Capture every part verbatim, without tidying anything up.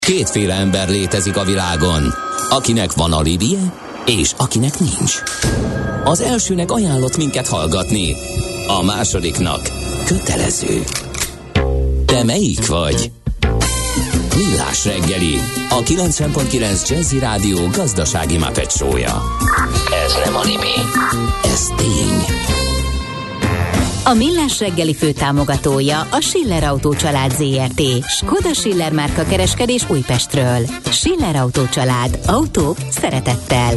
Kétféle ember létezik a világon, akinek van alibije, és akinek nincs. Az elsőnek ajánlott minket hallgatni, a másodiknak kötelező. Te melyik vagy? Millás reggeli, a kilencven pont kilenc Jazzy Rádió gazdasági Muppet show-ja. Ez nem anime, ez tény. A Millás reggeli főtámogatója a Schiller Autó család zé er té. Skoda Schiller márka kereskedés Újpestről. Schiller Autó család. Autók szeretettel.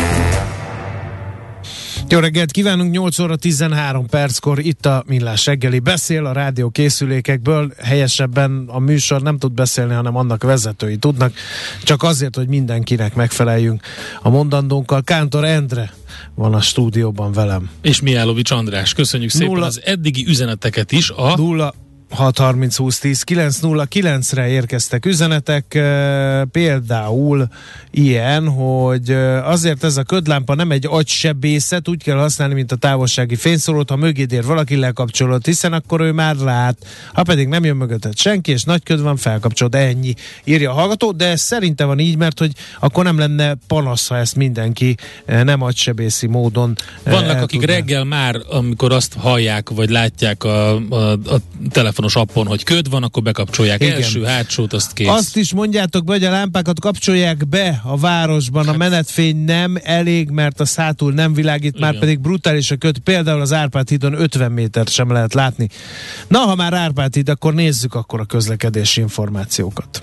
Jó reggelt kívánunk, nyolc óra tizenhárom perckor itt a Millás reggeli. Beszél a rádió készülékekből, helyesebben a műsor nem tud beszélni, hanem annak vezetői tudnak, csak azért, hogy mindenkinek megfeleljünk a mondandónkkal. Kántor Endre van a stúdióban velem. És Mijálovics András. Köszönjük szépen nulla, az eddigi üzeneteket is. A nulla hat harminc húsz tíz kilenc nulla kilencre érkeztek üzenetek, például ilyen, hogy azért ez a ködlámpa nem egy agysebészet, úgy kell használni, mint a távolsági fényszórót, ha mögéd ér valaki, lekapcsolod, hiszen akkor ő már lát, ha pedig nem jön mögötted senki, és nagy köd van, felkapcsolod, ennyi, írja a hallgató, de ez szerintem van így, mert hogy akkor nem lenne panasz, ha ezt mindenki nem agysebészi módon vannak, akik tudná. Reggel már, amikor azt hallják, vagy látják a, a, a telefon appon, hogy köd van, akkor bekapcsolják. Igen. Első, hátsót, azt kész. Azt is mondjátok be, hogy a lámpákat kapcsolják be a városban, hát. A menetfény nem elég, mert a szátul nem világít, igen. Már pedig brutális a köd, például az Árpád hídon ötven métert sem lehet látni. Na, ha már Árpád híd, akkor nézzük akkor a közlekedési információkat.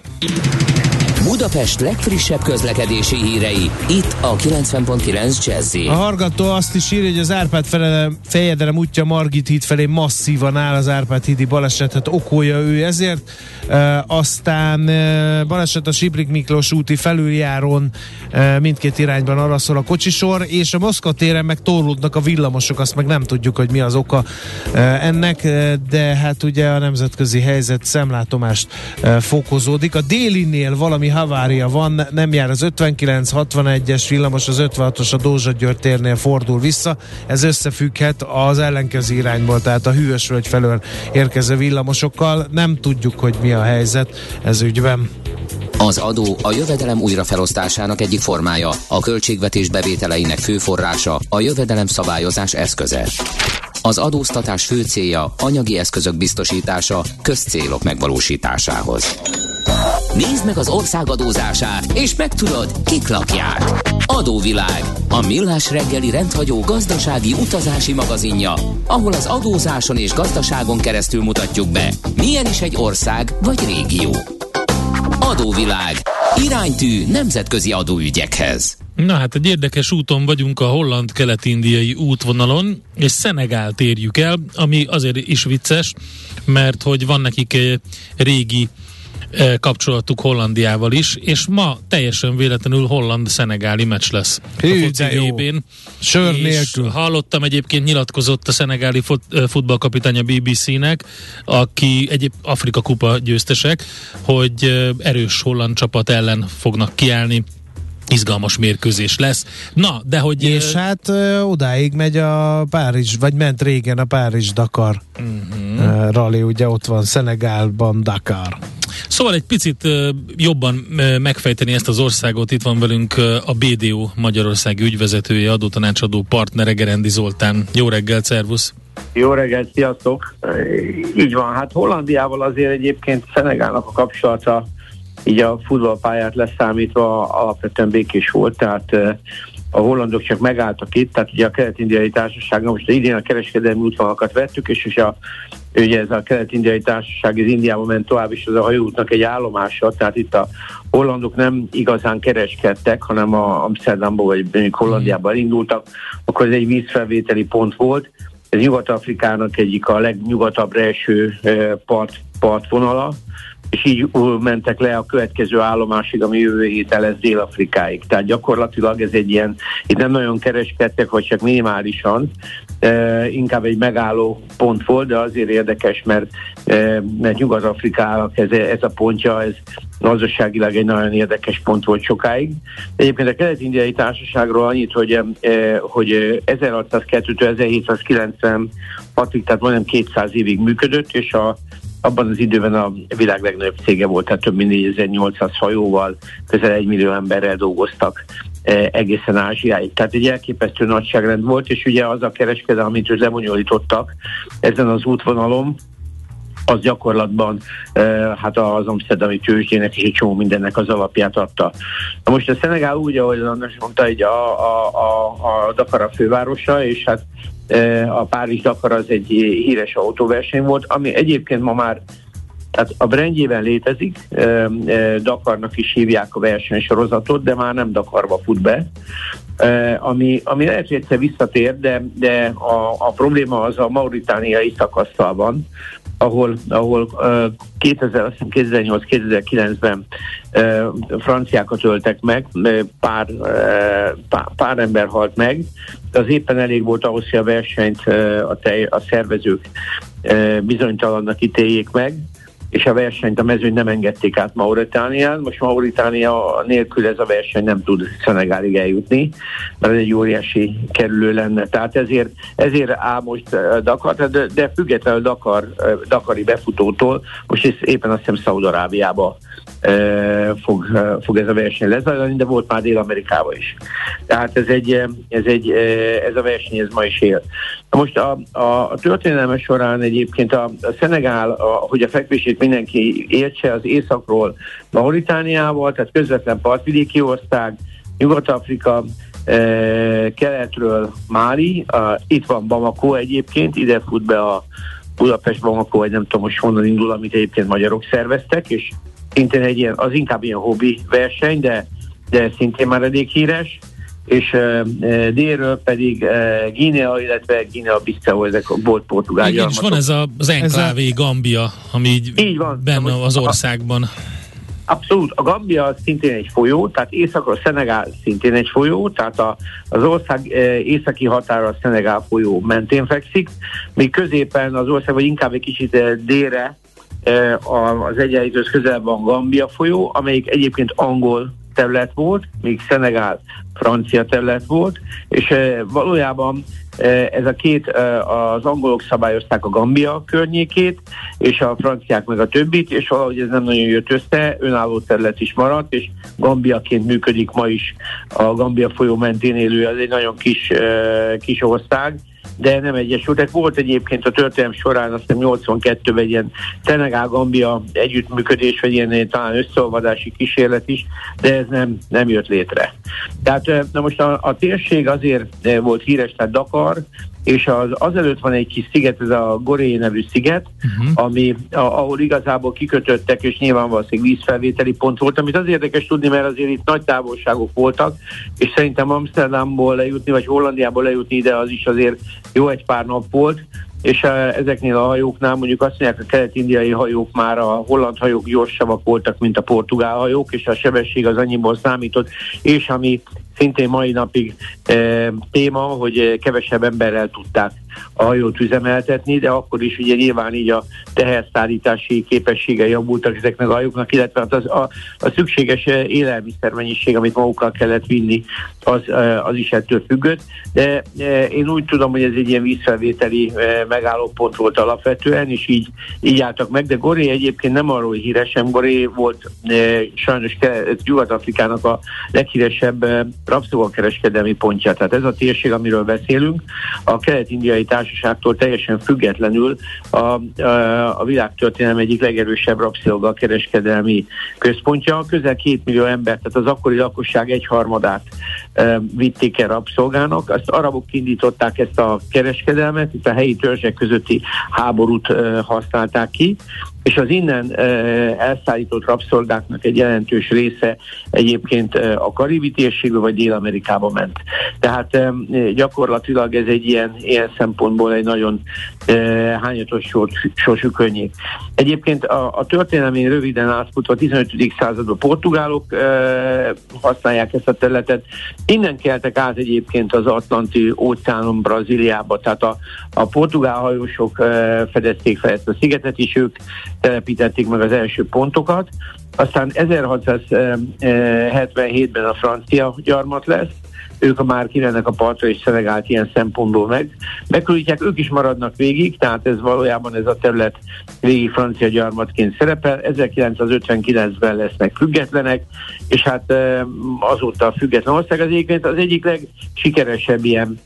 Budapest legfrissebb közlekedési hírei, itt a kilencven pont kilenc Jazzy. A hallgató azt is írja, hogy az Árpád fejedelem útja Margit híd felé masszívan áll, az Árpád hídi balesetet okolja ő ezért. E, aztán e, baleset a Sibrik Miklós úti felüljáron, e, mindkét irányban arra szól a kocsisor, és a Moszkva téren meg torlódnak a villamosok, azt meg nem tudjuk, hogy mi az oka e, ennek, de hát ugye a nemzetközi helyzet szemlátomást e, fokozódik. A délinél valami havária van, nem jár az ötvenkilenc hatvanegyes villamos, az ötvenhatos a Dózsa-György térnél fordul vissza. Ez összefügghet az ellenkező irányból, tehát a Hűvösvölgy felől érkező villamosokkal. Nem tudjuk, hogy mi a helyzet ez ügyben. Az adó a jövedelem újrafelosztásának egyik formája, a költségvetés bevételeinek fő forrása, a jövedelem szabályozás eszköze. Az adóztatás fő célja anyagi eszközök biztosítása közcélok megvalósításához. Nézd meg az ország adózását, és megtudod, kik lakják. Adóvilág, a Millás reggeli rendhagyó gazdasági utazási magazinja, ahol az adózáson és gazdaságon keresztül mutatjuk be, milyen is egy ország vagy régió. Adóvilág, iránytű nemzetközi adóügyekhez. Na hát egy érdekes úton vagyunk, a holland-kelet-indiai útvonalon, és Szenegált érjük el, ami azért is vicces, mert hogy van nekik régi kapcsolatuk Hollandiával is, és ma teljesen véletlenül holland-szenegáli meccs lesz. Hű, a foci vé bén. Sör nélkül. Hallottam, egyébként nyilatkozott a szenegáli fut- futballkapitány a bé bé cé-nek, aki egyéb Afrika kupa győztesek, hogy erős holland csapat ellen fognak kiállni. Izgalmas mérkőzés lesz. Na, de hogy... És uh, hát uh, odáig megy a Párizs, vagy ment régen a Párizs-Dakar uh-huh. uh, rally, ugye ott van Szenegálban Dakar. Szóval egy picit uh, jobban uh, megfejteni ezt az országot, itt van velünk uh, a bé dé o Magyarországi ügyvezetője, adótanácsadó partnere, Gerendi Zoltán. Jó reggelt, szervusz! Jó reggelt, sziasztok! Így van, hát Hollandiával azért egyébként Szenegálnak a kapcsolata így a futballpályát leszámítva alapvetően békés volt, tehát a hollandok csak megálltak itt, tehát ugye a kelet-indiai társaságnak most idén a kereskedelmi útvonalakat vettük, és, és a, ugye ez a kelet-indiai társaság az Indiába ment tovább, és az a hajóútnak egy állomása, tehát itt a hollandok nem igazán kereskedtek, hanem a Amsterdamból vagy Hollandiába indultak, akkor ez egy vízfelvételi pont volt. Ez Nyugat-Afrikának egyik a legnyugatabbra eső part, partvonala, és így mentek le a következő állomásig, ami jövő héten lesz Dél-Afrikáig. Tehát gyakorlatilag ez egy ilyen, itt nem nagyon kereskedtek, vagy csak minimálisan, e, inkább egy megálló pont volt, de azért érdekes, mert, e, mert Nyugat-Afrikának ez, ez a pontja, ez gazdaságilag egy nagyon érdekes pont volt sokáig. Egyébként a kelet-indiai társaságról annyit, hogy, e, hogy ezerhatszázkettőtől ezerhétszázkilencvenhatig, tehát majdnem kétszáz évig működött, és a abban az időben a világ legnagyobb cége volt, tehát több mint négyezer-nyolcszáz hajóval, közel egy millió emberrel dolgoztak egészen Ázsiáig. Tehát egy elképesztő nagyságrend volt, és ugye az a kereskedelem, amit ők lebonyolítottak ezen az útvonalon, az gyakorlatban hát az amszterdami tőzsdének és egy csomó mindennek az alapját adta. Na most a Szenegál úgy, ahogy András mondta, hogy a, a, a, a Dakar a fővárosa, és hát a Párizs-Dakar az egy híres autóverseny volt, ami egyébként ma már tehát a brandjében létezik, Dakarnak is hívják a versenysorozatot, de már nem Dakarba fut be, ami, ami lehet, hogy egyszer visszatér, de, de a, a probléma az a mauritániai szakasztal van, ahol, ahol kétezer-nyolc-kétezer-kilencben franciákat öltek meg, pár, pár, pár ember halt meg, de az éppen elég volt ahhoz, hogy a versenyt a, tej, a szervezők bizonytalannak ítéljék meg, és a versenyt, a mezőnyt nem engedték át Mauritánián. Most Mauritánia nélkül ez a verseny nem tud Szenegálig eljutni, mert ez egy óriási kerülő lenne. Tehát ezért, ezért áll most Dakar, de, de függetlenül Dakar, dakari befutótól, most ez éppen azt hiszem Szaúd-Arábiába fog, fog ez a verseny lezajlani, de volt már Dél-Amerikában is. Tehát ez, egy, ez, egy, ez a verseny ez ma is él. Most a, a, a történelme során egyébként a, a Szenegál, a, hogy a fekvését mindenki értse, az északról Mauritániával, tehát közvetlen partvidéki ország, Nyugat-Afrika, e, keletről Máli, a, itt van Bamako egyébként, ide fut be a Budapest-Bamako, vagy nem tudom most honnan indul, amit egyébként magyarok szerveztek, és szintén egy ilyen, az inkább ilyen hobbi verseny, de, de szintén már elég híres, és uh, délről pedig uh, Guinea, illetve Guinea-Bissau, ezek volt portugál igen, gyarmatok. És van ez a, az enklávé Gambia, ami így, így van, benne az országban. Abszolút. A Gambia szintén egy folyó, tehát északról Szenegál szintén egy folyó, tehát a, az ország e, északi határa a Szenegál folyó mentén fekszik, míg középen az ország, vagy inkább egy kicsit e, délre e, az egyenlítőhöz közel van Gambia folyó, amelyik egyébként angol terület volt, míg Szenegál francia terület volt, és e, valójában e, ez a két, e, az angolok szabályozták a Gambia környékét, és a franciák meg a többit, és valahogy ez nem nagyon jött össze, önálló terület is maradt, és Gambiaként működik ma is a Gambia folyó mentén élő, ez egy nagyon kis, e, kis ország, de nem egyesültek. Volt egyébként a történelem során azt hiszem nyolcvankettőben egy ilyen Szenegál-Gambia együttműködés, vagy ilyen talán összeolvadási kísérlet is, de ez nem, nem jött létre. Tehát na most a, a térség azért volt híres, tehát Dakar, és az, azelőtt van egy kis sziget, ez a Gorée nevű sziget, uh-huh. ami, a, ahol igazából kikötöttek, és nyilván valószínűleg vízfelvételi pont volt, amit az érdekes tudni, mert azért itt nagy távolságok voltak, és szerintem Amsterdamból lejutni, vagy Hollandiából lejutni ide az is azért jó egy pár nap volt, és uh, ezeknél a hajóknál mondjuk azt mondják, a kelet-indiai hajók már a holland hajók gyorsabbak voltak, mint a portugál hajók, és a sebesség az annyiból számított, és ami szintén mai napig e, téma, hogy kevesebb emberrel tudták a hajót üzemeltetni, de akkor is ugye nyilván így a teherszállítási képessége javultak ezeknek a hajóknak, illetve az, a, a szükséges élelmiszermennyiség, amit magukkal kellett vinni, az, az is ettől függött. De én úgy tudom, hogy ez egy ilyen vízfelvételi megállópont volt alapvetően, és így, így álltak meg, de Gorée egyébként nem arról híres, sem Gorée volt sajnos Nyugat-Afrikának a leghíresebb rabszolgakereskedelmi pontja. Tehát ez a térség, amiről beszélünk, a kelet-indiai társaságtól teljesen függetlenül a, a, a világtörténelem egyik legerősebb rabszolgakereskedelmi központja. Közel két millió ember, tehát az akkori lakosság egyharmadát e, vitték el rabszolgának. Azt arabok indították ezt a kereskedelmet, itt a helyi törzsek közötti háborút e, használták ki, és az innen e, elszállított rabszolgáknak egy jelentős része egyébként e, a karibi térségbe vagy Dél-Amerikába ment. Tehát e, gyakorlatilag ez egy ilyen, ilyen szempontból egy nagyon e, hányatos sors, sorsú könnyék. Egyébként a, a történelmén röviden átfutva a tizenötödik században portugálok e, használják ezt a területet. Innen keltek át egyébként az Atlanti óceánon Brazíliába, tehát a, a portugál hajósok e, fedezték fel ezt a szigetet, és ők telepítették meg az első pontokat. Aztán ezerhatszázhetvenhétben a francia gyarmat lesz, ők már kimennek a partra, és Szenegált ilyen szempontból meg. Megkülönítják, ők is maradnak végig, tehát ez valójában ez a terület végig francia gyarmatként szerepel. ezerkilencszázötvenkilencben lesznek függetlenek, és hát azóta a független ország az egyébként az egyik legsikeresebb ilyen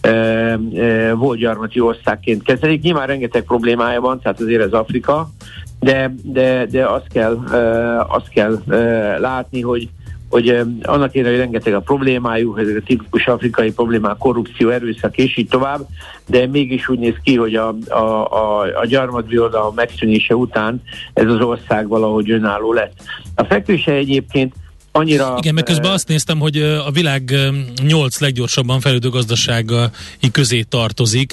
volt gyarmati országként kezelik. Nyilván rengeteg problémája van, tehát azért ez Afrika, de, de, de azt kell, azt kell látni, hogy hogy annak érde, hogy rengeteg a problémájuk, ezek a tipikus afrikai problémák, korrupció, erőszak és így tovább, de mégis úgy néz ki, hogy a, a, a, a gyarmatbirodalom megszűnése után ez az ország valahogy önálló lett. A fekvése egyébként annyira... Igen, meg közben azt néztem, hogy a világ nyolc leggyorsabban fejlődő gazdaságai közé tartozik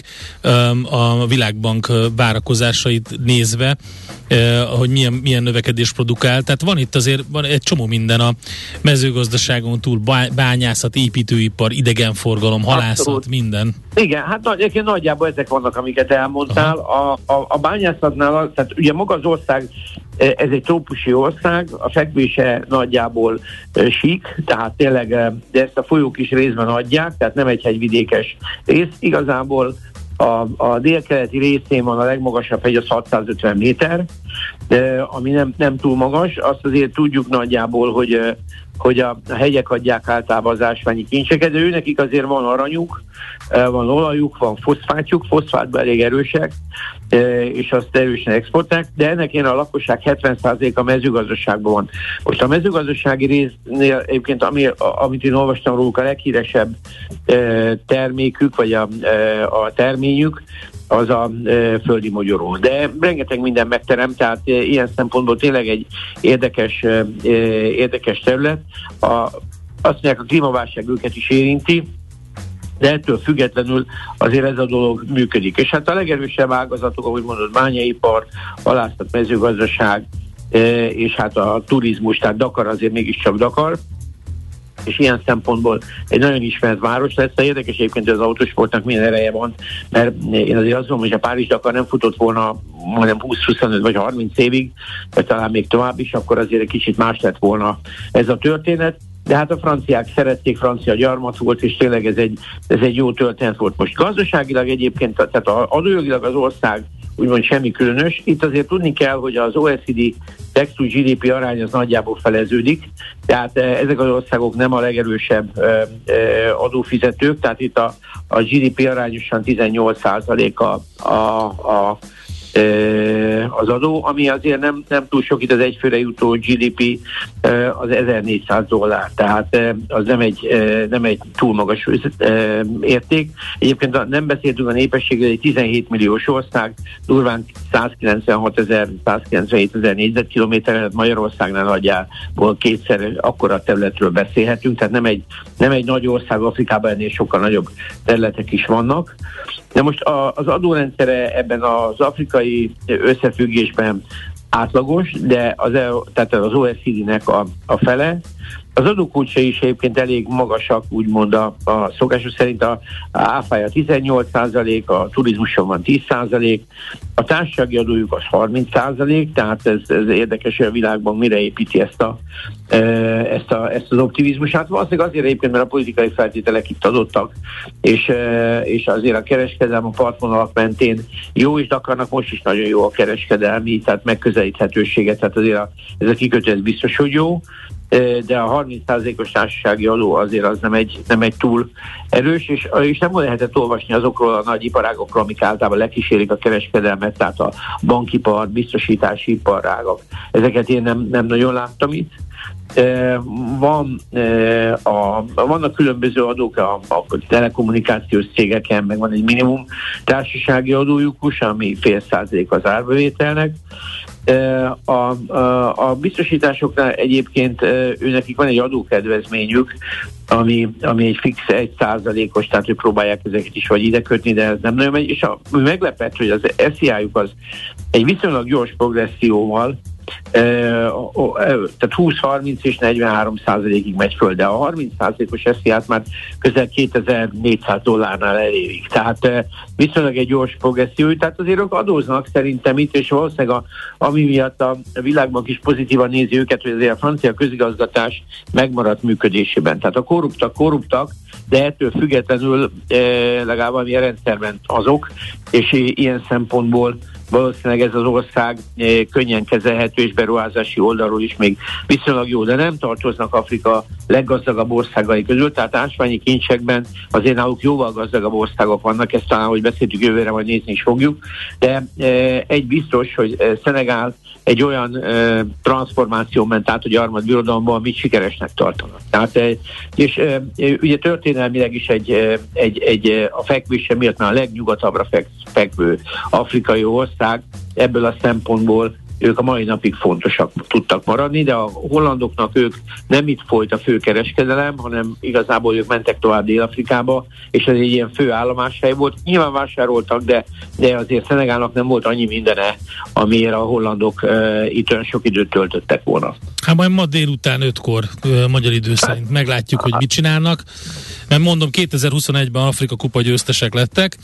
a Világbank várakozásait nézve, hogy milyen, milyen növekedés produkál. Tehát van itt azért van egy csomó minden a mezőgazdaságon túl, bányászat, építőipar, idegenforgalom, halászat, abszolút. Minden. Igen, hát nagy, nagyjából ezek vannak, amiket elmondtál. A, a, a bányászatnál, tehát ugye maga az ország, ez egy trópusi ország, a fekvése nagyjából e, sík, tehát tényleg, de ezt a folyók is részben adják, tehát nem egy hegyvidékes rész. Igazából a, a délkeleti részén van a legmagasabb hegy, az hatszázötven méter, de, ami nem, nem túl magas. Azt azért tudjuk nagyjából, hogy, hogy a, a hegyek adják általában az ásványi kincseket, de őnekik azért van aranyuk, van olajuk, van foszfátjuk, foszfátban elég erősek, és azt erősen exportálják, de ennek én a lakosság hetven százaléka a mezőgazdaságban van. Most a mezőgazdasági résznél egyébként, ami, amit én olvastam róluk, a leghíresebb termékük, vagy a, a terményük, az a e, földi mogyoró. De rengeteg minden megterem, tehát e, ilyen szempontból tényleg egy érdekes, e, érdekes terület. A, azt mondják, a klímaválság őket is érinti, de ettől függetlenül azért ez a dolog működik. És hát a legerősebb ágazatok, ahogy mondod, bányaipar, halászat, mezőgazdaság, e, és hát a turizmus, tehát Dakar azért mégiscsak Dakar, és ilyen szempontból egy nagyon ismert város lesz. Érdekes egyébként, hogy az autósportnak milyen ereje van, mert én azért azt mondom, hogy a Párizs-Dakar nem futott volna majdnem húsz-huszonöt vagy harminc évig, vagy talán még tovább is, akkor azért egy kicsit más lett volna ez a történet. De hát a franciák szerették, francia gyarmat volt, és tényleg ez egy, ez egy jó történet volt. Most gazdaságilag egyébként, tehát adójogilag az ország úgymond semmi különös. Itt azért tudni kell, hogy az o e cé dé tax-to gé dé pé arány az nagyjából feleződik, tehát ezek az országok nem a legerősebb adófizetők, tehát itt a, a gé dé pé arányosan tizennyolc százalék a, a, a az adó, ami azért nem, nem túl sok, itt az egyfőre jutó gé dé pé az ezernégyszáz dollár, tehát az nem egy, nem egy túl magas érték. Egyébként nem beszéltünk a népességről, egy tizenhét milliós ország, durván százkilencvenhat ezer, százkilencvenhét ezer négyzetkilométer, Magyarországnál nagyjából kétszer akkora területről beszélhetünk, tehát nem egy, nem egy nagy ország, Afrikában ennél sokkal nagyobb területek is vannak. De most a, az adórendszere ebben az afrikai összefüggésben átlagos, de az, tehát az o e cé dé-nek a, a fele. Az adókulcsa is egyébként elég magasak, úgymond a, a szokásos szerint a, a áfája tizennyolc százalék, a turizmuson van tíz százalék, a társasági adójuk az harminc százalék, tehát ez, ez érdekes, hogy a világban mire építi ezt, a, ezt, a, ezt az optimizmusát. Valószínűleg azért egyébként, mert a politikai feltételek itt adottak, és, és azért a kereskedelem a partvonalak mentén jó, és Dakarnak most is nagyon jó a kereskedelmi, tehát megközelíthetősége, tehát azért a, ez a kikötő ez biztos, hogy jó, de a harminc százalékos társasági adó azért az nem egy, nem egy túl erős, és, és nem lehetett olvasni azokról a nagy iparágokról, amik általában lekísérik a kereskedelmet, tehát a bankipar, biztosítási iparágak. Ezeket én nem, nem nagyon láttam itt. Van, a, vannak különböző adók a, a telekommunikációs cégeken, meg van egy minimum társasági adójuk, ami fél százalék az árbevételnek. A, a, a biztosításoknál egyébként őnekik van egy adókedvezményük, ami, ami egy fix egy százalékos, tehát ők próbálják ezeket is vagy ide kötni, de ez nem nagyon megy, és a, meglepett, hogy az es zé á-juk az egy viszonylag gyors progresszióval tehát húsz-harminc és negyvenhárom százalékig megy föl, de a harminc százalékos es zé á-t már közel kétezer-négyszáz dollárnál elérik. Tehát viszonylag egy gyors progresszió, tehát azért ők adóznak szerintem itt, és valószínűleg a, ami miatt a világban is pozitívan nézi őket, hogy azért a francia közigazgatás megmaradt működésében. Tehát a korruptak korruptak, de ettől függetlenül legalább valami rendszerben azok, és ilyen szempontból valószínűleg ez az ország könnyen kezelhető, és beruházási oldalról is még viszonylag jó, de nem tartoznak Afrika leggazdagabb országai közül, tehát ásványi kincsekben azért náluk jóval gazdagabb országok vannak, ezt talán, hogy beszéltük, jövőre majd nézni is fogjuk, de egy biztos, hogy Szenegál egy olyan e, transformáció ment át, hogy a harmadbirodalomban mit sikeresnek tartanak. Tehát, e, és e, ugye történelmileg is egy, e, egy, egy a fekvése miatt már a legnyugatabbra fek, fekvő afrikai ország, ebből a szempontból ők a mai napig fontosak tudtak maradni, de a hollandoknak ők nem itt folyt a főkereskedelem, hanem igazából ők mentek tovább Dél-Afrikába, és ez egy ilyen fő állomáshely volt. Nyilván vásároltak, de, de azért Szenegálnak nem volt annyi mindene, amiért a hollandok uh, itt olyan sok időt töltöttek volna. Hát majd ma délután ötkor uh, magyar idő szerint meglátjuk, hogy mit csinálnak. Mert mondom, kétezer-huszonegyben Afrika kupa győztesek lettek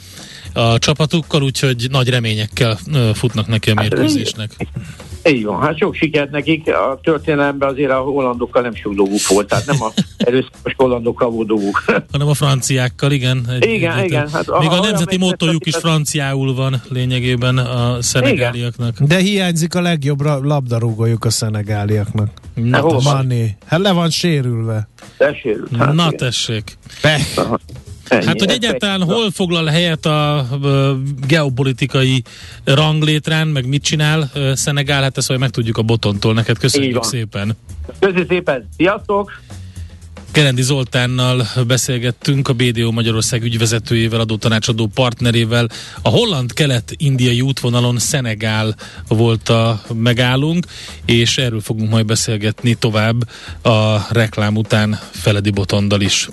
a csapatukkal, úgyhogy nagy reményekkel uh, futnak neki a mérkőzésnek. Így van, hát sok sikert nekik, a történelemben azért a hollandokkal nem sok dolguk volt, tehát nem a erőszakos hollandokkal volt dolguk. Hanem a franciákkal, igen. Egy, igen, egy, igen. Hát még a, a nemzeti mottojuk is franciául van lényegében a szenegáliaknak. De hiányzik a legjobb labdarúgójuk a szenegáliaknak. Na, Mani. Hát le van sérülve. Lesérült. Hát Na igen. tessék. Aha. Ennyi, hát, hogy egyáltalán hol foglal helyet a, a geopolitikai ranglétrán, meg mit csinál uh, Szenegál, hát ezt majd megtudjuk a Botontól. Neked köszönjük szépen. Köszönjük szépen. Sziasztok! Gerendi Zoltánnal beszélgettünk, a bé dé o Magyarország ügyvezetőjével, adótanácsadó partnerével. A holland-kelet-indiai útvonalon Szenegál volt a megállónk, és erről fogunk majd beszélgetni tovább a reklám után Feledi Botondal is.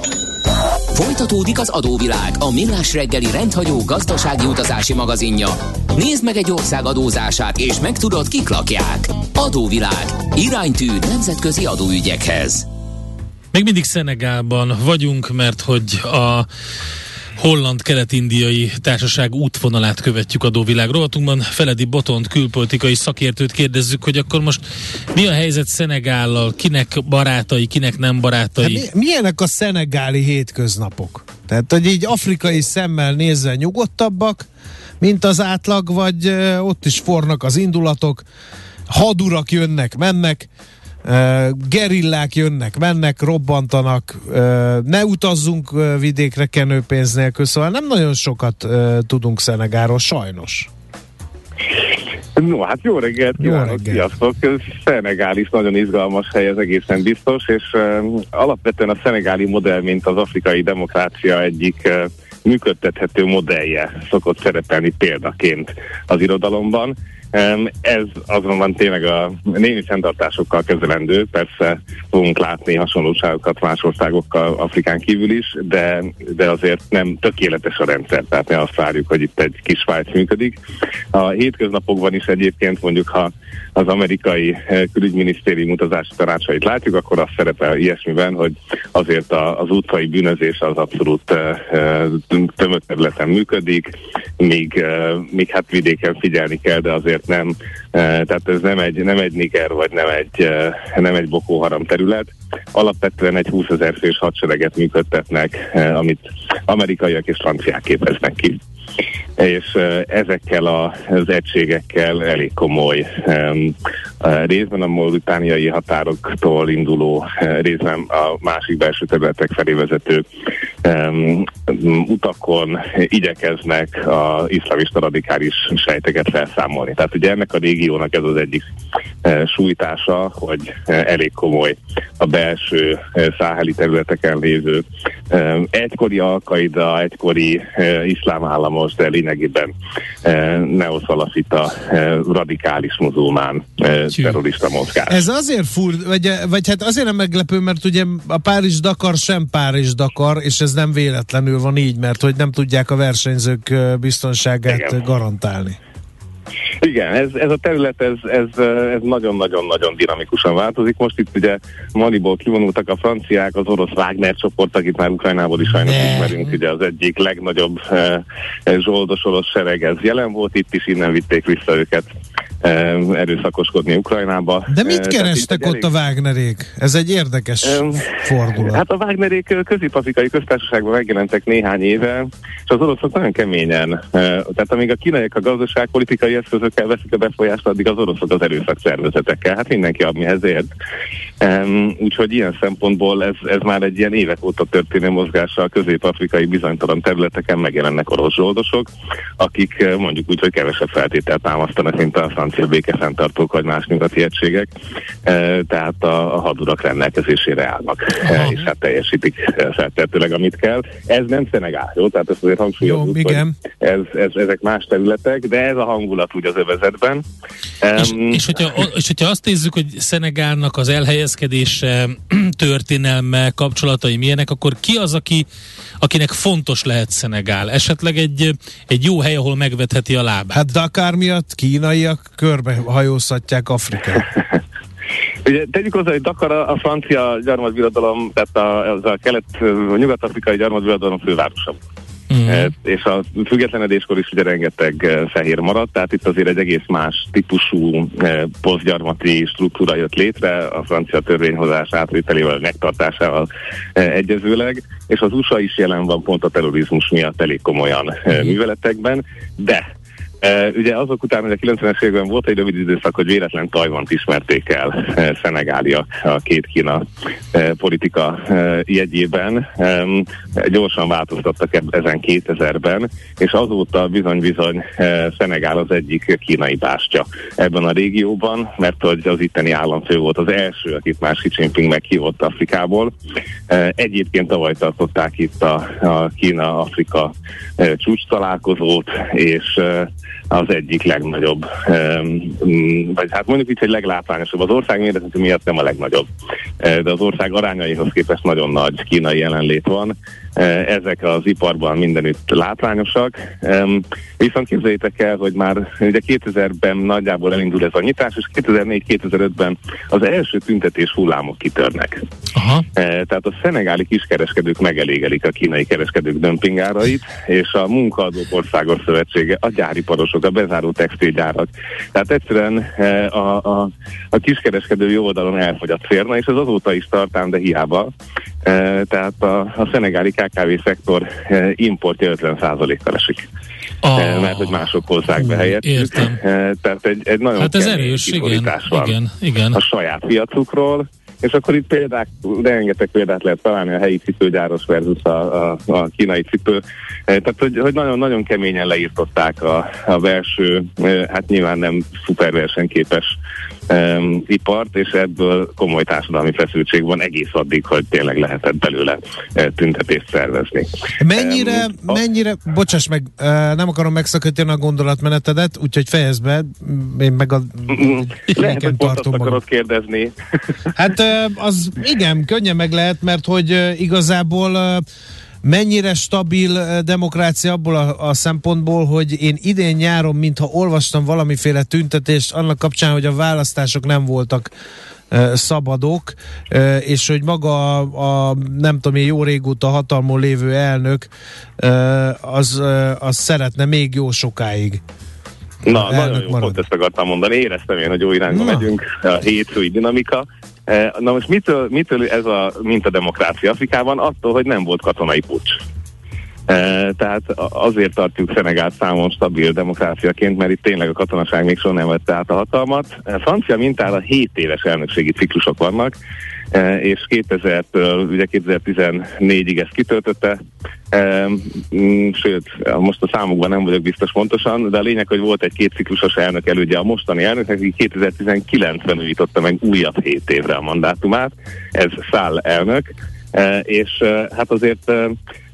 Folytatódik az Adóvilág, a millás reggeli rendhagyó gazdasági utazási magazinja. Nézd meg egy ország adózását, és megtudod, kik lakják. Adóvilág. Iránytű nemzetközi adóügyekhez. Még mindig Szenegálban vagyunk, mert hogy a holland-kelet-indiai társaság útvonalát követjük Adóvilág rovatunkban. Feledi Botont külpolitikai szakértőt kérdezzük, hogy akkor most mi a helyzet Szenegállal, kinek barátai, kinek nem barátai. Hát milyenek a szenegáli hétköznapok? Tehát, hogy így afrikai szemmel nézve nyugodtabbak, mint az átlag, vagy ö, ott is fornak az indulatok, hadurak jönnek, mennek, Uh, gerillák jönnek, mennek, robbantanak, uh, ne utazzunk uh, vidékre kenőpénz nélkül, szóval nem nagyon sokat uh, tudunk Szenegáról, sajnos. No, hát jó reggelt kívánok, sziasztok! Szenegál is nagyon izgalmas hely, ez egészen biztos, és uh, alapvetően a szenegáli modell, mint az afrikai demokrácia egyik uh, működtethető modellje szokott szerepelni példaként az irodalomban. Ez azonban tényleg a némi fenntartásokkal kezelendő, persze fogunk látni hasonlóságokat más országokkal Afrikán kívül is, de, de azért nem tökéletes a rendszer, tehát ne azt várjuk, hogy itt egy kis Svájc működik. A hétköznapokban is egyébként mondjuk, ha az amerikai külügyminisztérium utazási tanácsait látjuk, akkor az szerepel ilyesmiben, hogy azért az utcai bűnözés az abszolút tömött területen működik, míg, míg hát vidéken figyelni kell, de azért nem, tehát ez nem egy, nem egy Niger, vagy nem egy, nem egy Boko Haram terület. Alapvetően egy húszezer fős hadsereget működtetnek, amit amerikaiak és franciák képeznek ki. És uh, ezekkel a, az egységekkel elég komoly um, uh, részben a mauritániai határoktól induló, uh, részben a másik belső területek felé vezető um, utakon igyekeznek az iszlamista radikális sejteket felszámolni. Tehát ugye ennek a régiónak ez az egyik uh, sújtása, hogy uh, elég komoly a belső uh, száheli területeken lévő um, egykori Al-Qaida, egykori uh, iszlám államos, de lényegében eh, neoszalafita eh, radikális muzulmán eh, terrorista mozgás. Ez azért fur, vagy, vagy hát azért nem meglepő, mert ugye a Párizs-Dakar sem Párizs-Dakar, és ez nem véletlenül van így, mert hogy nem tudják a versenyzők biztonságát Igen. garantálni. Igen, ez, ez a terület, ez, ez, ez nagyon-nagyon-nagyon dinamikusan változik. Most itt ugye Maliból kivonultak a franciák, az orosz Wagner csoport, akit már Ukrajnából is sajnos ismerünk, ugye az egyik legnagyobb eh, zsoldos orosz sereg, ez jelen volt itt is, innen vitték vissza őket eh, erőszakoskodni Ukrajnába. De mit kerestek eh, ott elég... a Wagnerék? Ez egy érdekes um, fordulat. Hát a Wagnerék Közép-Afrikai Köztársaságban megjelentek néhány éve, és az oroszok nagyon keményen, eh, tehát amíg a kínaiak a gazdaságpolitikai eszközökkel veszik a befolyást, addig az oroszok az erőszak szervezetekkel. Hát mindenki amihez ért. Um, úgyhogy ilyen szempontból ez, ez már egy ilyen évek óta történő mozgása a közép-afrikai bizonytalan területeken megjelennek orosz zsoldosok, akik mondjuk úgy, hogy kevesebb feltételt támasztanak, mint a francia békefenntartók vagy más nyugati egységek, uh, tehát a, a hadurak rendelkezésére állnak, uh, és hát teljesítik uh, feltehetőleg, amit kell. Ez nem Szenegál, jó? Tehát ezt azért hangsúlyozzuk, hogy ez, ez, ezek más területek, de ez a hangulat úgy az övezetben. És, um, és, hogyha, és hogyha azt nézzük, hogy Szenegálnak az elhelyezkedése, történelme, kapcsolatai milyenek, akkor ki az, aki, akinek fontos lehet Szenegál? Esetleg egy, egy jó hely, ahol megvetheti a lábát? Hát Dakar miatt kínaiak körbehajóztatják Afrikát. Ugye tegyük hozzá, hogy Dakar a, a francia gyarmatbirodalom, tehát a, az a kelet, a nyugat-afrikai gyarmatbirodalom fővárosa. Mm. E, és a függetlenedéskor is ugye rengeteg e, fehér maradt, tehát itt azért egy egész más típusú e, posztgyarmati struktúra jött létre, a francia törvényhozás átvételével, megtartásával e, egyezőleg, és az u es á is jelen van pont a terrorizmus miatt elég komolyan e, műveletekben, de Uh, ugye azok után, hogy a kilencvenes években volt egy rövid időszak, hogy véletlen Tajvant ismerték el uh, szenegáliak a két Kína uh, politika uh, jegyében. Um, gyorsan változtattak eb- ezen kétezerben, és azóta bizony-bizony uh, Szenegál az egyik kínai bástya ebben a régióban, mert hogy az itteni államfő volt az első, akit már Xi Jinping meghívott Afrikából. Uh, egyébként tavaly tartották itt a, a Kína-Afrika uh, csúcs találkozót, és uh, az egyik legnagyobb, vagy hát mondjuk így, hogy leglátványosabb. Az ország méretű miatt nem a legnagyobb, de az ország arányaihoz képest nagyon nagy kínai jelenlét van. Ezek az iparban mindenütt látványosak. Viszont képzeljétek el, hogy már ugye kétezerben nagyjából elindul ez a nyitás, és kétezer-négy-kétezer-ötben az első tüntetés hullámok kitörnek. Aha. Tehát a szenegáli kiskereskedők megelégelik a kínai kereskedők dömpingárait, és a Munkaadók Országos Szövetsége, a gyáriparosok, a bezáró textilgyárak. Tehát egyszerűen a, a, a kiskereskedői oldalon elfogy a cérna, és ez azóta is tartám, de hiába. Tehát a, a szenegáli ká ká vé szektor importja ötven százalékkal esik. Oh. Mert hogy mások hozzák be helyettük. Tehát egy, egy nagyon hát ez erős, igen, van igen, igen. a saját piacukról, és akkor itt példák, rengeteg példát lehet találni, a helyi cipőgyáros versus a, a, a kínai cipő. Tehát, hogy, hogy nagyon-nagyon keményen leírtották a, a belső, hát nyilván nem szuperversenyképes um, ipart, és ebből komoly társadalmi feszültség van egész addig, hogy tényleg lehetett belőle uh, tüntetést szervezni. Mennyire, um, mennyire, a... bocsáss meg, uh, nem akarom megszakítani a gondolatmenetedet, úgyhogy fejezd be, én meg a... Mm, lehet, hogy pont azt akarod kérdezni. Hát az igen, könnyen meg lehet, mert hogy igazából mennyire stabil demokrácia abból a, a szempontból, hogy én idén nyáron, mintha olvastam valamiféle tüntetést annak kapcsán, hogy a választások nem voltak uh, szabadok, uh, és hogy maga a, a nem tudom én, jó régóta hatalmon lévő elnök uh, az, uh, az szeretne még jó sokáig. Na, nagyon jó, pont ezt akartam mondani. Éreztem én, hogy jó irányba Na. megyünk, a hétfői dinamika. Na most mitől, mitől ez a mintademokrácia Afrikában? Attól, hogy nem volt katonai puccs. Tehát azért tartjuk Szenegált számon stabil demokráciaként, mert itt tényleg a katonaság még soha nem vette át a hatalmat. Francia mintára hét éves elnökségi ciklusok vannak, és kétezertől, ugye kétezer-tizennégyig ezt kitöltötte, sőt, most a számokban nem vagyok biztos pontosan, de a lényeg, hogy volt egy két ciklusos elnök elődje a mostani elnöknek, aki kétezer-tizenkilencben újította meg újabb hét évre a mandátumát, ez Sall elnök, és hát azért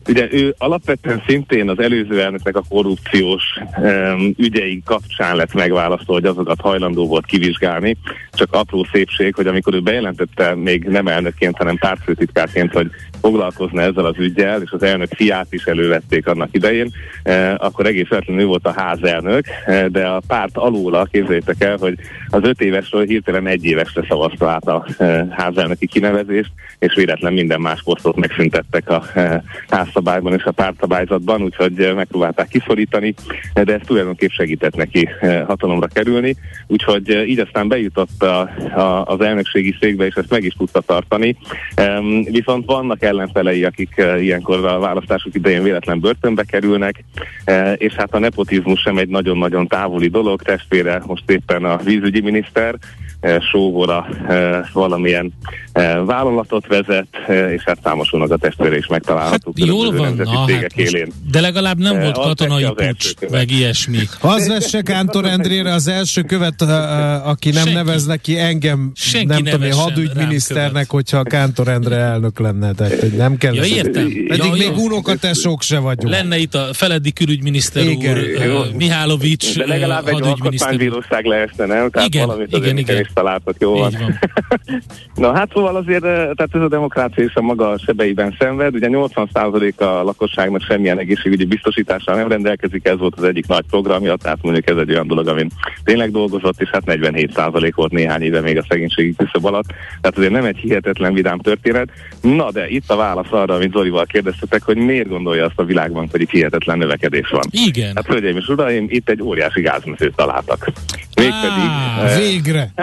Ugye ő alapvetően szintén az előző elnöknek a korrupciós um, ügyei kapcsán lett megválasztva, hogy azokat hajlandó volt kivizsgálni. Csak apró szépség, hogy amikor ő bejelentette még nem elnökként, hanem pártfőtitkárként, hogy foglalkozna ezzel az üggyel, és az elnök fiát is elővették annak idején, eh, akkor egész véletlenül ő volt a házelnök, eh, de a párt alóla, képzeljétek el, hogy az öt évesről hirtelen egy évesre szavazta át a eh, házelnöki kinevezést, és véletlen minden más posztot megszüntettek a eh, házszabályban és a pártszabályzatban, úgyhogy eh, megpróbálták kiszorítani, eh, de ez tulajdonképp segített neki eh, hatalomra kerülni, úgyhogy eh, így aztán bejutott a, a, az elnökségi székbe, és ezt meg is tudta tartani. Eh, viszont vannak ellenfelei, akik uh, ilyenkor a választások idején véletlen börtönbe kerülnek, uh, és hát a nepotizmus sem egy nagyon-nagyon távoli dolog. Testvére most éppen a vízügyi miniszter, uh, sógora uh, valamilyen uh, vállalatot vezet, uh, és hát számos a testvére is megtalálható. Hát jól van, na, hát de legalább nem uh, volt katonai puccs, meg ilyesmi. Az vesse Kántor Endrére az első követ, uh, aki nem senki, nevez neki engem, nem tudom, hadügyminiszternek, hogyha Kántor Endre elnök lenne. Tehát, hogy nem kell. Ja, értem. Pedig ja, még unokatesók se vagyunk. Lenne itt a Feledi külügyminiszter igen, úr, uh, Mihálovics de legalább egy alkotmánybíróság lehetne, nem? Tehát igen, valamit igen, igen. is találtak, jó van. van. Na hát szóval azért, tehát ez a demokrácia is a maga sebeiben szenved. Ugye nyolcvan százalék a lakosságnak semmilyen egészségügyi biztosítással nem rendelkezik, ez volt az egyik nagy programja, tehát mondjuk ez egy olyan dolog, amin tényleg dolgozott, és hát negyvenhét százalék volt néhány éve még a szegénységi küszöb alatt. Tehát azért nem egy hihetetlen vidám történet. Na de itt a válasz arra, amit Zolival kérdeztetek, hogy miért gondolja azt a Világbank, hogy itt hihetetlen növekedés van. Igen. Hát hölgyeim és uraim, itt egy óriási gázmezőt találtak. Végpedig... Ah, végre!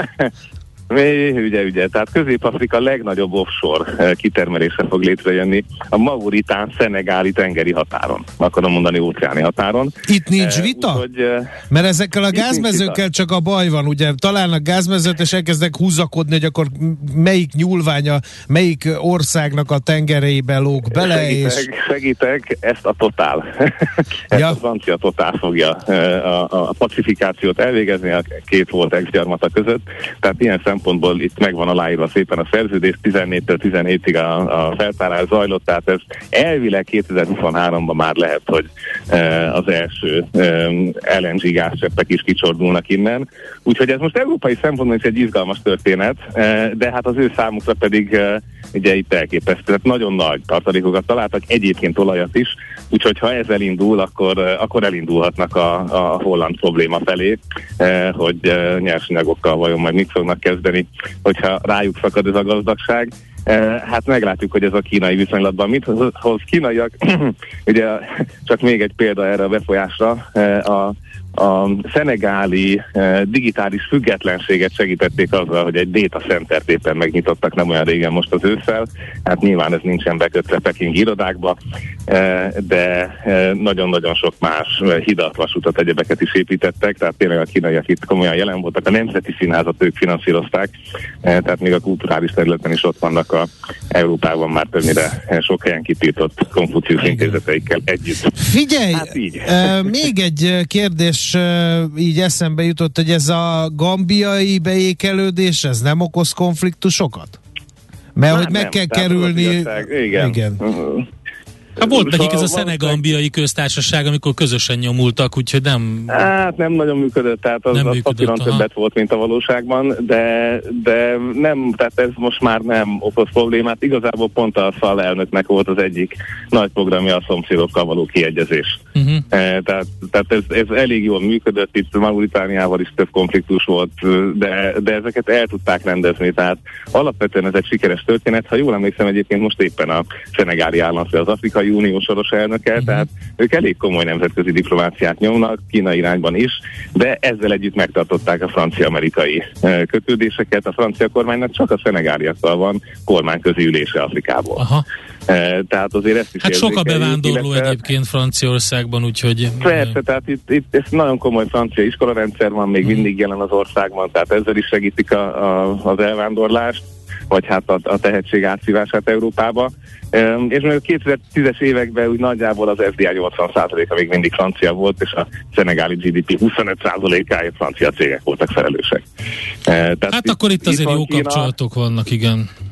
Ugye, ugye, tehát Közép-Afrika legnagyobb offshore kitermelése fog létrejönni a mauritán-szenegáli tengeri határon. Akarom mondani óceáni határon. Itt nincs vita? Uh, úgy, mert ezekkel a gázmezőkkel csak a baj van, ugye találnak gázmezőt, és elkezdek húzakodni, hogy akkor melyik nyúlványa, melyik országnak a tengereibe lóg bele, segítek, és... Segítek, ezt a Total. ezt ja. a francia Total fogja a, a pacifikációt elvégezni a két volt ex-gyarmata között. Tehát ilyen szempontból itt meg van aláírva szépen a szerződés, tizennégytől tizenhétig a, a feltárás zajlott, tehát ez elvileg kétezer-huszonháromban már lehet, hogy e, az első e, el en gé gázcseppek is kicsordulnak innen. Úgyhogy ez most európai szempontból is egy izgalmas történet, e, de hát az ő számukra pedig e, ugye itt elképesztő, tehát nagyon nagy tartalékokat találtak, egyébként olajat is, úgyhogy ha ez elindul, akkor, akkor elindulhatnak a, a holland probléma felé, e, hogy e, nyersanyagokkal vajon majd mit fognak kezdeni, hogyha rájuk szakad ez a gazdagság. E, hát meglátjuk, hogy ez a kínai viszonylatban mit hoz. Kínaiak, ugye csak még egy példa erre a befolyásra, e, a a szenegáli eh, digitális függetlenséget segítették azzal, hogy egy data centert éppen megnyitottak nem olyan régen most az ősszel. Hát nyilván ez nincsen bekötve pekingi irodákba, eh, de eh, nagyon-nagyon sok más eh, hidat, vasutat, egyebeket is építettek, tehát tényleg a kínaiak itt komolyan jelen voltak. A Nemzeti Színházat ők finanszírozták, eh, tehát még a kulturális területen is ott vannak a Európában már többnyire eh, sok helyen kitiltott Konfuciusz intézeteikkel együtt. Figyelj, hát így. Uh, még egy kérdés így eszembe jutott, hogy ez a gambiai beékelődés, ez nem okoz konfliktusokat? Mert már hogy meg nem, kell kerülni... Igen. Igen. Uh-huh. Hát volt nekik ez a szenegambiai köztársaság, amikor közösen nyomultak, úgyhogy nem... Hát nem nagyon működött, tehát az, az papíron többet volt, mint a valóságban, de, de nem, tehát ez most már nem okoz problémát. Igazából pont a Sall elnöknek volt az egyik nagy programja a szomszédokkal való kiegyezés. Uh-huh. E, tehát tehát ez, ez elég jól működött, itt Mauritániával is több konfliktus volt, de, de ezeket el tudták rendezni, tehát alapvetően ez egy sikeres történet. Ha jól emlékszem, egyébként most éppen a szenegáli államfő az Afrikai Unió soros elnöke, uh-huh. tehát ők elég komoly nemzetközi diplomáciát nyomnak, Kína irányban is, de ezzel együtt megtartották a francia-amerikai uh, kötődéseket. A francia kormánynak csak a szenegáliakkal van kormányközi ülése Afrikából. Aha. Uh, tehát azért ezt is hát sok a bevándorló illetve... egyébként Franciaországban, úgyhogy... Persze, tehát itt, itt ez nagyon komoly francia iskolarendszer van, még uh-huh. mindig jelen az országban, tehát ezzel is segítik a, a, az elvándorlást, vagy hát a, a tehetség átszívását Európába. Um, és még a kétezer-tízes években úgy nagyjából az ef dé i nyolcvan százaléka még mindig francia volt, és a szenegáli gé dé pé huszonöt százalékáért francia cégek voltak felelősek. Uh, hát itt akkor itt azért itt jó Kína, kapcsolatok vannak, igen.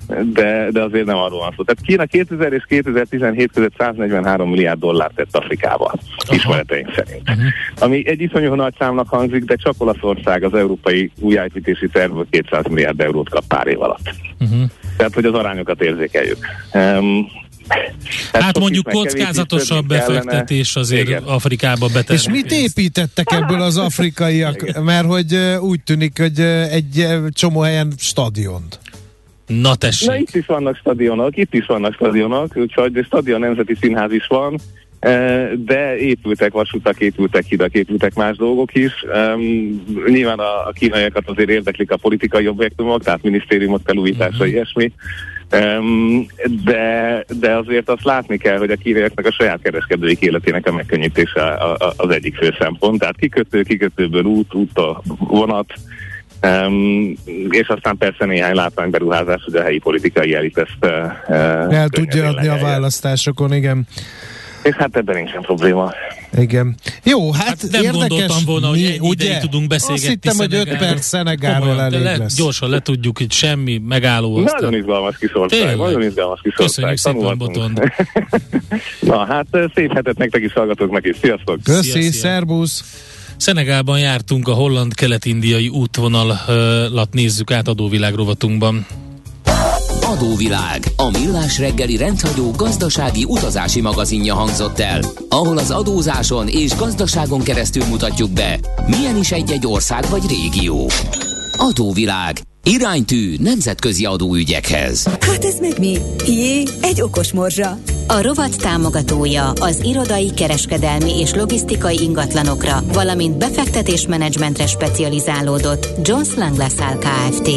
de, de azért nem arról van szó. Tehát Kína kétezer és kétezer-tizenhét között száznegyvenhárom milliárd dollárt tett Afrikába, ismereteink szerint. Uh-huh. Ami egy iszonyú nagy számnak hangzik, de csak Olaszország az európai újjáépítési tervből kétszáz milliárd eurót kap pár év alatt. Uh-huh. Tehát, hogy az arányokat érzékeljük. Um, Hát, hát mondjuk kockázatosabb befektetés azért igen. Afrikába betenni. És mit építettek ebből az afrikaiak? Igen. Mert hogy úgy tűnik, hogy egy csomó helyen stadiont. Na tessék. Na itt is vannak stadionok, itt is vannak stadionok, úgyhogy Stadion Nemzeti Színház is van, de épültek vasutak, épültek hidak, épültek más dolgok is. Um, nyilván a, a kínaiakat azért érdeklik a politikai objektumok, tehát minisztériumok felújítása, uh-huh. ilyesmi. Um, de, de azért azt látni kell, hogy a kínaiaknak a saját kereskedőik életének a megkönnyítése a, a, az egyik fő szempont. Tehát kikötő, kikötőből út, út a vonat, um, és aztán persze néhány látványberuházás, hogy a helyi politikai elit ezt uh, el tudja adni a választásokon, igen. És hát ebben nincsen probléma. Igen. Jó, hát, hát nem érdekes, gondoltam volna, hogy ennyi ideig tudunk beszélgetni. Azt hittem, hogy öt perc Szenegálról elég le, lesz. Gyorsan letudjuk, hogy semmi megálló. Nagyon aztán. izgalmas kiszorták. Nagyon izgalmas kiszorták. Köszönjük szépen, Botond. Na hát szép hetet nektek is, hallgatóknak is. Sziasztok! Köszi, szervusz! Szenegálban jártunk, a holland kelet-indiai útvonalat nézzük át adóvilág rovatunkban. Adóvilág, a millás reggeli rendhagyó gazdasági utazási magazinja hangzott el, ahol az adózáson és gazdaságon keresztül mutatjuk be, milyen is egy-egy ország vagy régió. Adóvilág, iránytű nemzetközi adóügyekhez. Hát ez meg mi? Jé, egy okos morzsa. A rovat támogatója az irodai, kereskedelmi és logisztikai ingatlanokra, valamint befektetésmenedzsmentre specializálódott Jones Lang LaSalle Kft.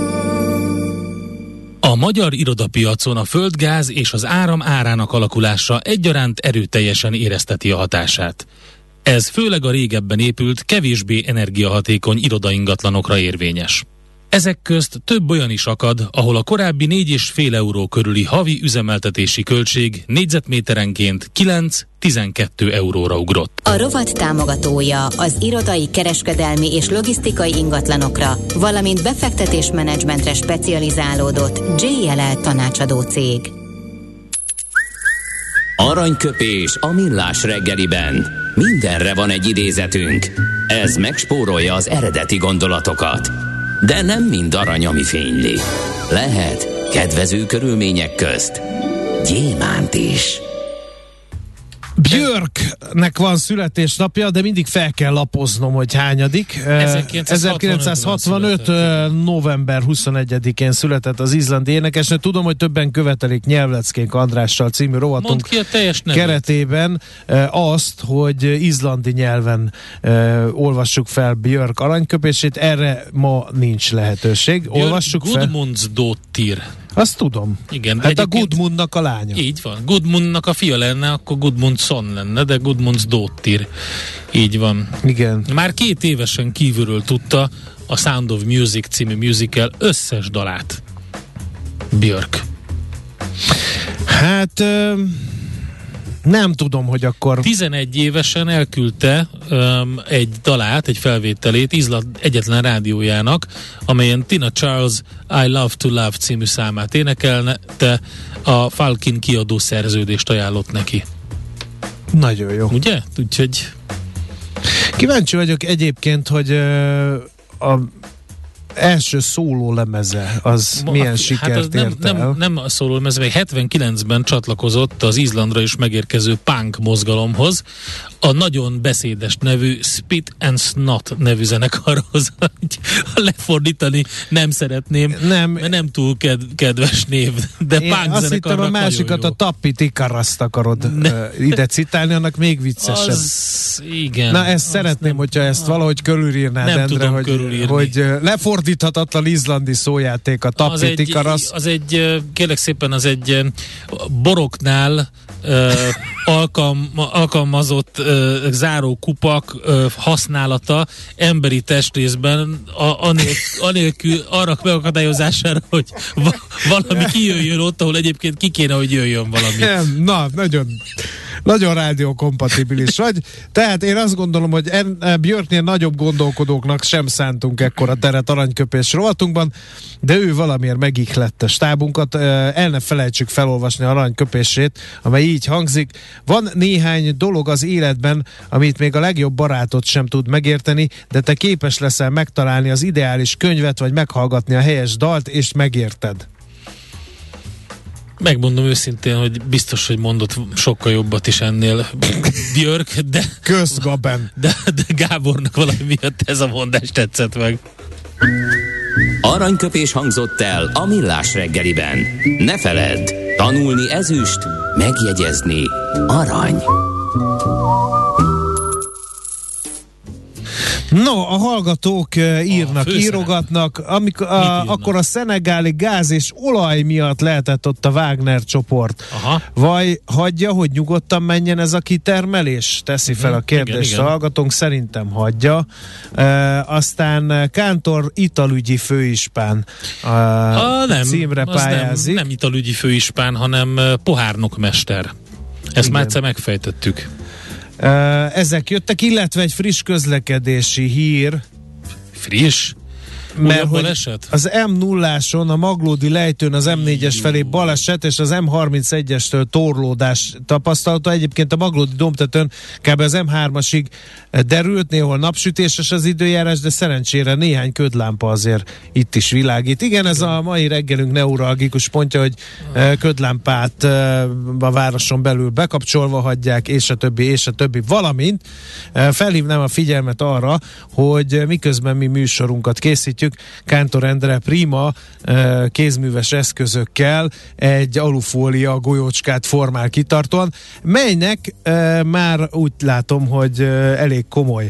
A magyar irodapiacon a földgáz és az áram árának alakulása egyaránt erőteljesen érezteti a hatását. Ez főleg a régebben épült, kevésbé energiahatékony irodaingatlanokra érvényes. Ezek közt több olyan is akad, ahol a korábbi négy és fél euró körüli havi üzemeltetési költség négyzetméterenként kilenc-tizenkét euróra ugrott. A rovat támogatója az irodai, kereskedelmi és logisztikai ingatlanokra, valamint befektetésmenedzsmentre specializálódott jé el el tanácsadó cég. Aranyköpés a millás reggeliben. Mindenre van egy idézetünk. Ez megspórolja az eredeti gondolatokat. De nem mind arany, ami fényli. Lehet kedvező körülmények közt gyémánt is. Björknek van születésnapja, de mindig fel kell lapoznom, hogy hányadik. ezerkilencszázhatvanöt november huszonegyedikén született az izlandi énekesnő. Tudom, hogy többen követelik Nyelvleckénk Andrással című rovatunk keretében azt, hogy izlandi nyelven uh, olvassuk fel Björk aranyköpését. Erre ma nincs lehetőség. Olvassuk fel. Gudmundsdóttir. Azt tudom. Igen, hát a Gudmundnak a lánya. Így van. Gudmundnak a fia lenne, akkor Gudmundsson lenne, de Gudmundsdóttir. Így van. Igen. Már két évesen kívülről tudta a Sound of Music című musical összes dalát. Björk. Hát... Uh... Nem tudom, hogy akkor... tizenegy évesen elküldte um, egy dalát, egy felvételét Izland egyetlen rádiójának, amelyen Tina Charles I Love to Love című számát énekelte, a Falkin kiadó szerződést ajánlott neki. Nagyon jó. Ugye? Úgyhogy... Kíváncsi vagyok egyébként, hogy uh, a első szóló lemeze az Ma, milyen sikert hát az nem, ért el. Nem, nem a szóló lemeze, meg hetvenkilencben csatlakozott az Izlandra is megérkező punk mozgalomhoz, a nagyon beszédes nevű Spit and Snot nevű zenekarhoz. Lefordítani nem szeretném, nem, mert nem túl ked- kedves név, de én punk azt hittem, a másikat, a Tappi Tikaraszt akarod ne. ide citálni, annak még viccesebb. Az, igen. Na ezt szeretném, nem, hogyha ezt valahogy körülírnád, nem Endre, tudom hogy, körülírni. hogy lefordíthatatlan izlandi szójáték, a Tappi Tikarasz. Az egy, kérlek szépen, az egy boroknál uh, alkalm, alkalmazott uh, záró kupak uh, használata emberi testrészben a, anél, anélkül arra megakadályozására, hogy va, valami kijöjjön ott, ahol egyébként ki kéne, hogy jöjjön valami. Na, nagyon Nagyon rádiókompatibilis vagy. Tehát én azt gondolom, hogy en, Björknél nagyobb gondolkodóknak sem szántunk ekkora teret aranyköpés rovatunkban, de ő valamiért megihlette stábunkat. El ne felejtsük felolvasni aranyköpését, amely így hangzik. Van néhány dolog az életben, amit még a legjobb barátod sem tud megérteni, de te képes leszel megtalálni az ideális könyvet, vagy meghallgatni a helyes dalt, és megérted. Megmondom őszintén, hogy biztos, hogy mondott sokkal jobbat is ennél Björk, de... Közgaben. De, de Gábornak valami miatt ez a mondás tetszett meg. Aranyköpés hangzott el a Millás reggeliben. Ne feledd, tanulni ezüst, megjegyezni arany. No, a hallgatók uh, írnak, a írogatnak, amikor, a, akkor a szenegáli gáz és olaj miatt lehetett ott a Wagner csoport. Aha. Vagy hagyja, hogy nyugodtan menjen ez a kitermelés? Teszi uh-huh. fel a kérdést igen, a hallgatónk, szerintem hagyja. Uh, aztán Kántor italügyi főispán uh, a, nem, címre pályázik. Nem, nem italügyi főispán, hanem pohárnokmester. Ezt igen. már egyszer megfejtettük. Uh, ezek jöttek, illetve egy friss közlekedési hír. Friss? Mert hogy az em nulláson, a Maglódi lejtőn az em négyes felé baleset, és az em harmincegyestől torlódás tapasztalta. Egyébként a Maglódi domtetőn kb. Az em hármasig derült, néhol napsütéses az időjárás, de szerencsére néhány ködlámpa azért itt is világít. Igen, ez a mai reggelünk neuralgikus pontja, hogy ködlámpát a városon belül bekapcsolva hagyják, és a többi, és a többi. Valamint felhívnám a figyelmet arra, hogy miközben mi műsorunkat készítjük, Kántor Endre prima kézműves eszközökkel egy alufólia golyócskát formál kitartóan, melynek már úgy látom, hogy elég komoly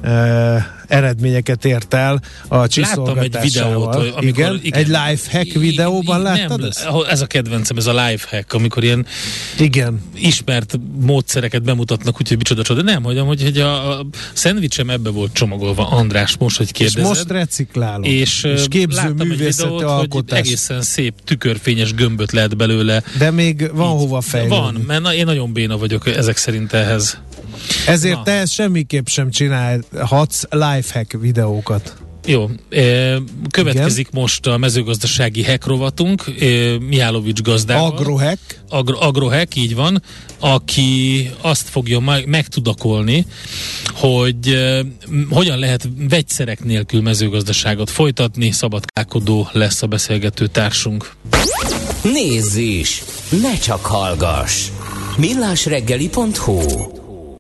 eredményeket ért el a csiszolgatásával. Láttam egy videót, amikor, igen, igen, egy life-hack videóban I, láttad nem, ezt? Ez a kedvencem, ez a life-hack, amikor ilyen igen. ismert módszereket bemutatnak, úgyhogy micsoda csoda. Nem, hogy, hogy a, a szendvicsem ebbe volt csomagolva, András, most, hogy kérdezed. És most reciklálom. És, és képzőművészeti alkotás. Egészen szép tükörfényes gömböt lehet belőle. De még van így, hova fejlődni. Van, mert na, én nagyon béna vagyok ezek szerint ehhez. Ezért na. te ezt semmiképp sem csinálhatsz lifehack videókat. Jó, következik igen. most a mezőgazdasági hack rovatunk, Mihálovics gazdával. Agrohack. Agro, agrohack, így van, aki azt fogja megtudakolni, hogy hogyan lehet vegyszerek nélkül mezőgazdaságot folytatni. Szabadkálkodó lesz a beszélgető társunk. Nézz is! Ne csak hallgass! millásreggeli pont hu